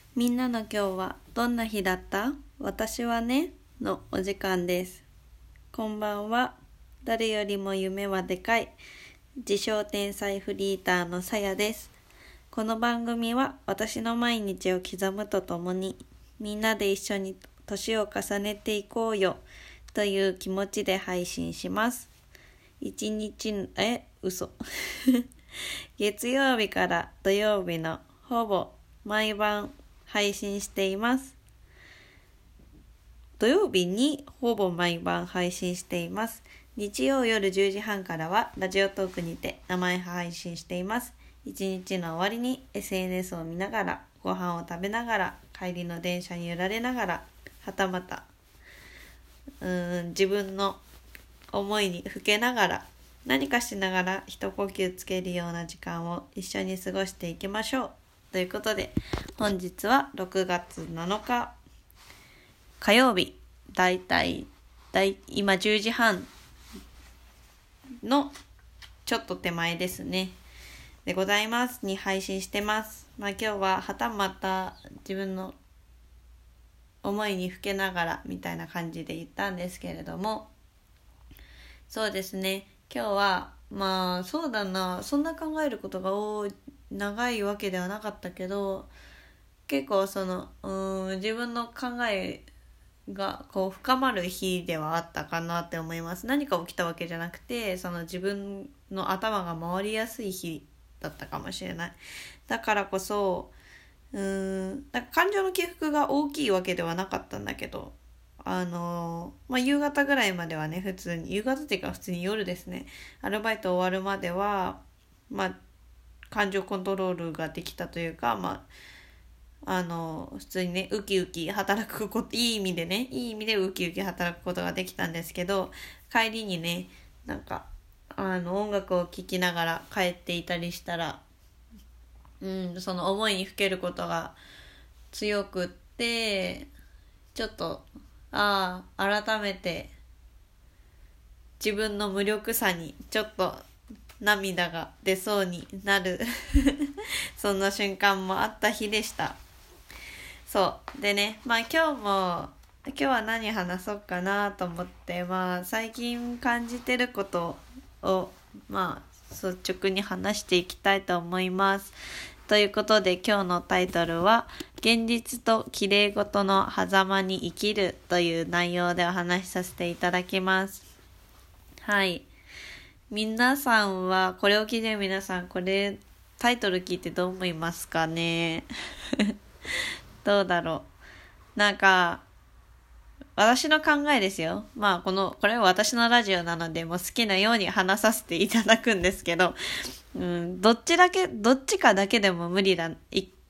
みんなの今日はどんな日だった？私はねのお時間です。こんばんは。誰よりも夢はでかい自称天才フリーターのさやです。この番組は私の毎日を刻むとともにみんなで一緒に年を重ねていこうよという気持ちで配信します。月曜日から土曜日のほぼ毎晩配信しています。土曜日にほぼ毎晩配信しています。日曜夜10時半からはラジオトークにて生配信しています。一日の終わりに SNS を見ながら、ご飯を食べながら、帰りの電車に揺られながら、はたまた自分の思いにふけながら、何かしながら一呼吸つけるような時間を一緒に過ごしていきましょう。ということで、本日は6月7日火曜日、今10時半のちょっと手前ですねでございますに配信してます。今日ははたまた自分の思いにふけながらみたいな感じで言ったんですけれども、そうですね、今日はそうだな、そんな考えることが長いわけではなかったけど、結構自分の考えが深まる日ではあったかなって思います。何か起きたわけじゃなくて、自分の頭が回りやすい日だったかもしれない。だからこそ感情の起伏が大きいわけではなかったんだけど、夕方ぐらいまではね、普通に夕方っていうか普通に夜ですね、アルバイト終わるまでは感情コントロールができたというか、普通にねウキウキ働くこと、いい意味でウキウキ働くことができたんですけど、帰りにね音楽を聴きながら帰っていたりしたら、その思いにふけることが強くって、ちょっと改めて自分の無力さにちょっと涙が出そうになるそんな瞬間もあった日でした。そうでね、今日は何話そうかなと思って、最近感じてることを率直に話していきたいと思います。ということで、今日のタイトルは現実と綺麗事の狭間に生きるという内容でお話しさせていただきます。はい、皆さんはこれを聞いてる皆さん、これタイトル聞いてどう思いますかねどうだろう。私の考えですよ。これは私のラジオなので、もう好きなように話させていただくんですけど、どっちかだけでも無理だ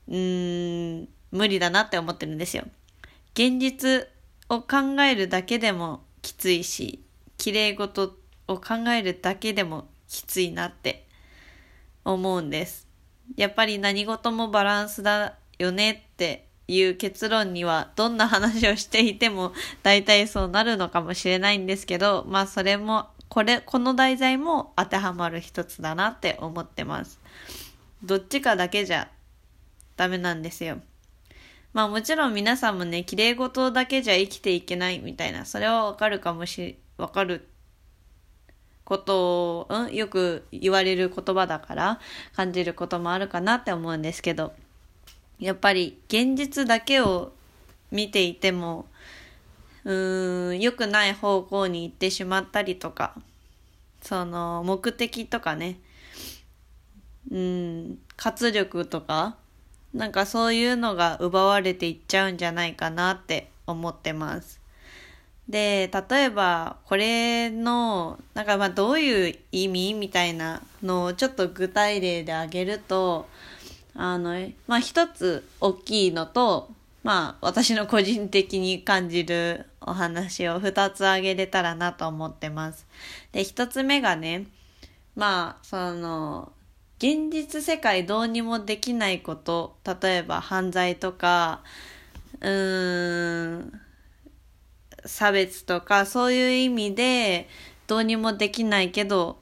なって思ってるんですよ。現実を考えるだけでもきついし、綺麗事を考えるだけでもきついなって思うんです。やっぱり何事もバランスだよねっていう結論には、どんな話をしていても大体そうなるのかもしれないんですけど、それもこの題材も当てはまる一つだなって思ってます。どっちかだけじゃダメなんですよ。もちろん皆さんもね、綺麗事だけじゃ生きていけないみたいな、それはわかることを、よく言われる言葉だから感じることもあるかなって思うんですけど、やっぱり現実だけを見ていても良くない方向に行ってしまったりとか、目的とかね、活力とかそういうのが奪われていっちゃうんじゃないかなって思ってます。で、例えばこれのどういう意味みたいなのをちょっと具体例で挙げると、一つ大きいのと、私の個人的に感じるお話を二つ挙げれたらなと思ってます。で、一つ目がね、現実世界どうにもできないこと、例えば犯罪とか差別とか、そういう意味でどうにもできないけど、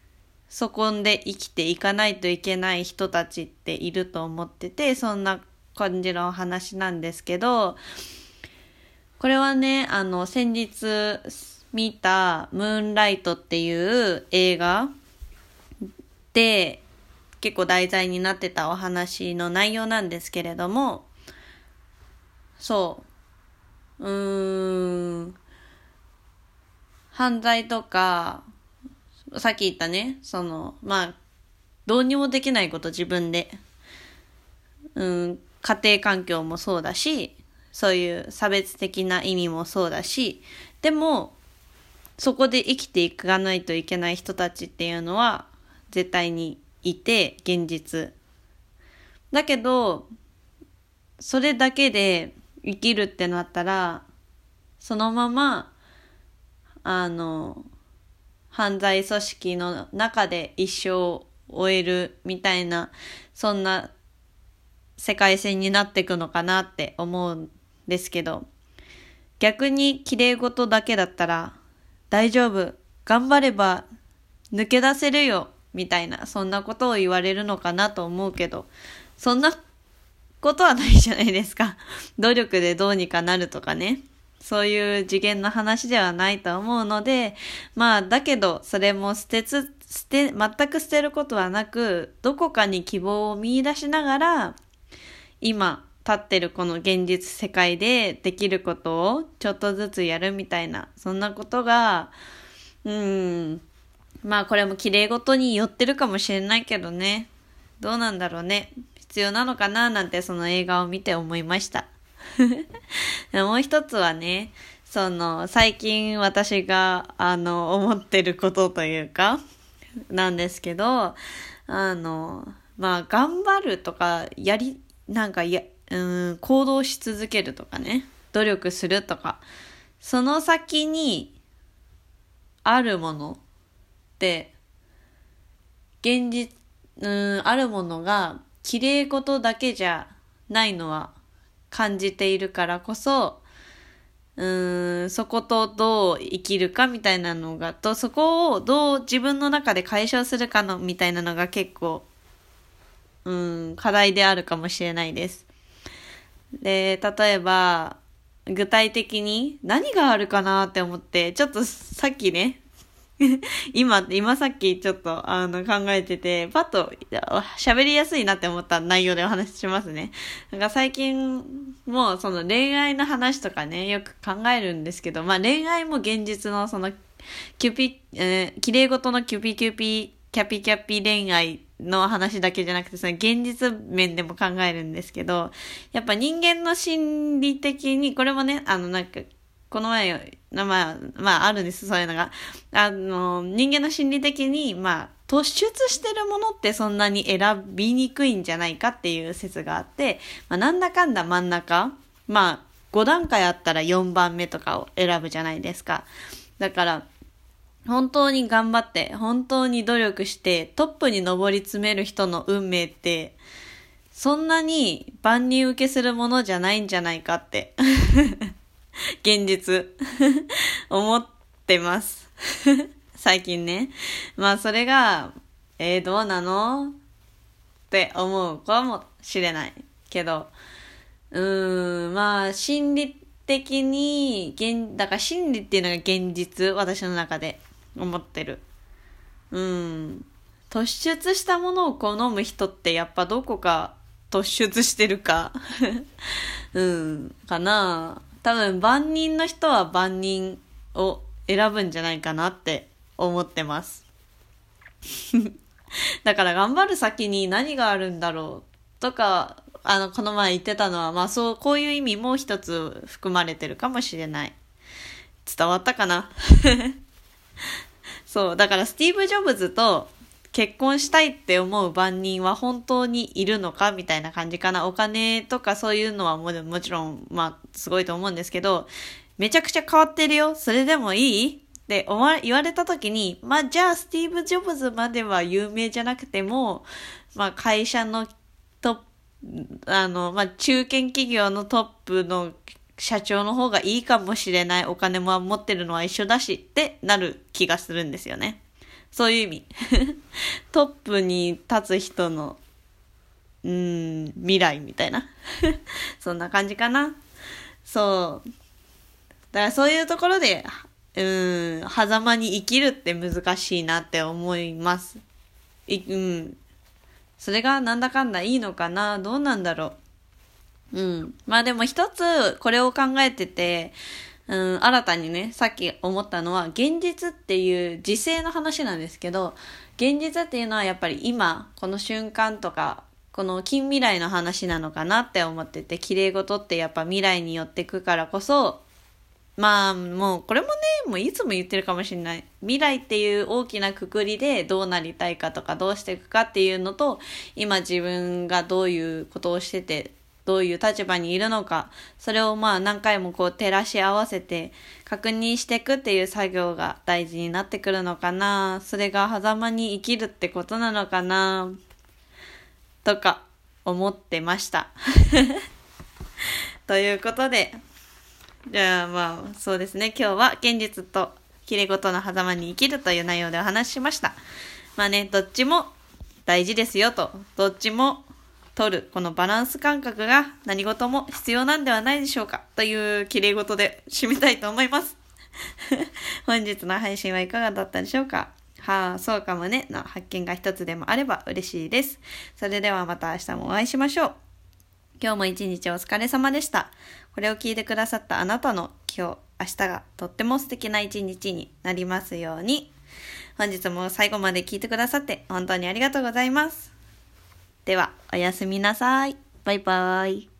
そこで生きていかないといけない人たちっていると思ってて、そんな感じのお話なんですけど、これはね、先日見たムーンライトっていう映画で結構題材になってたお話の内容なんですけれども、犯罪とか、さっき言ったね、どうにもできないこと、自分で。家庭環境もそうだし、そういう差別的な意味もそうだし、でも、そこで生きていかないといけない人たちっていうのは、絶対にいて、現実。だけど、それだけで生きるってなったら、そのまま、犯罪組織の中で一生を終えるみたいな、そんな世界線になっていくのかなって思うんですけど、逆に綺麗事だけだったら大丈夫、頑張れば抜け出せるよみたいな、そんなことを言われるのかなと思うけど、そんなことはないじゃないですか。努力でどうにかなるとかね、そういう次元の話ではないと思うので、だけどそれも全く捨てることはなく、どこかに希望を見出しながら、今立ってるこの現実世界でできることをちょっとずつやるみたいな、そんなことが、これも綺麗事に寄ってるかもしれないけどね、どうなんだろうね、必要なのかななんてその映画を見て思いました。もう一つはね、最近私が思ってることというかなんですけど、頑張るとか行動し続けるとかね、努力するとか、その先にあるものって現実あるものが綺麗事だけじゃないのは感じているからこそ、そことどう生きるかみたいなのがそこをどう自分の中で解消するかのみたいなのが結構課題であるかもしれないです。で、例えば具体的に何があるかなって思って、ちょっとさっきね今さっきちょっと考えてて、パッと喋りやすいなって思った内容でお話ししますね。最近もその恋愛の話とかね、よく考えるんですけど、恋愛も現実のその綺麗事のキャピ恋愛の話だけじゃなくて、その現実面でも考えるんですけど、やっぱ人間の心理的に、これもね、この前、あるんです、そういうのが。人間の心理的に、突出してるものってそんなに選びにくいんじゃないかっていう説があって、なんだかんだ真ん中、5段階あったら4番目とかを選ぶじゃないですか。だから、本当に頑張って、本当に努力して、トップに上り詰める人の運命って、そんなに万人受けするものじゃないんじゃないかって。現実思ってます最近ね。それがどうなのって思うかもしれないけど、心理的にだから心理っていうのが現実、私の中で思ってる。突出したものを好む人ってやっぱどこか突出してるかかな。多分万人の人は万人を選ぶんじゃないかなって思ってますだから頑張る先に何があるんだろうとか、この前言ってたのは、こういう意味も一つ含まれてるかもしれない。伝わったかなそう、だからスティーブ・ジョブズと結婚したいって思う万人は本当にいるのかみたいな感じかな。お金とかそういうのはもちろんすごいと思うんですけど、めちゃくちゃ変わってるよ、それでもいいって言われた時に、じゃあスティーブ・ジョブズまでは有名じゃなくても、会社のトップ中堅企業のトップの社長の方がいいかもしれない、お金も持ってるのは一緒だしってなる気がするんですよね。そういう意味トップに立つ人の未来みたいなそんな感じかな。そうだからそういうところで狭間に生きるって難しいなって思います。それがなんだかんだいいのかな、どうなんだろう。まあでも一つこれを考えてて、新たにね、さっき思ったのは、現実っていう時勢の話なんですけど、現実っていうのはやっぱり今、この瞬間とか、この近未来の話なのかなって思ってて、綺麗事ってやっぱ未来によってくからこそ、まあもうこれもね、もういつも言ってるかもしれない。未来っていう大きな括りでどうなりたいかとかどうしていくかっていうのと、今自分がどういうことをしてて、どういう立場にいるのか、それをまあ何回もこう照らし合わせて確認していくっていう作業が大事になってくるのかな。それが狭間に生きるってことなのかなとか思ってましたということで、じゃあまあそうですね、今日は現実と綺麗事の狭間に生きるという内容でお話ししました。まあね、どっちも大事ですよと、どっちも取るこのバランス感覚が何事も必要なんではないでしょうかという綺麗事で締めたいと思います本日の配信はいかがだったでしょうか。そうかもねの発見が一つでもあれば嬉しいです。それではまた明日もお会いしましょう。今日も一日お疲れ様でした。これを聞いてくださったあなたの今日、明日がとっても素敵な一日になりますように。本日も最後まで聞いてくださって本当にありがとうございます。では、おやすみなさい。バイバイ。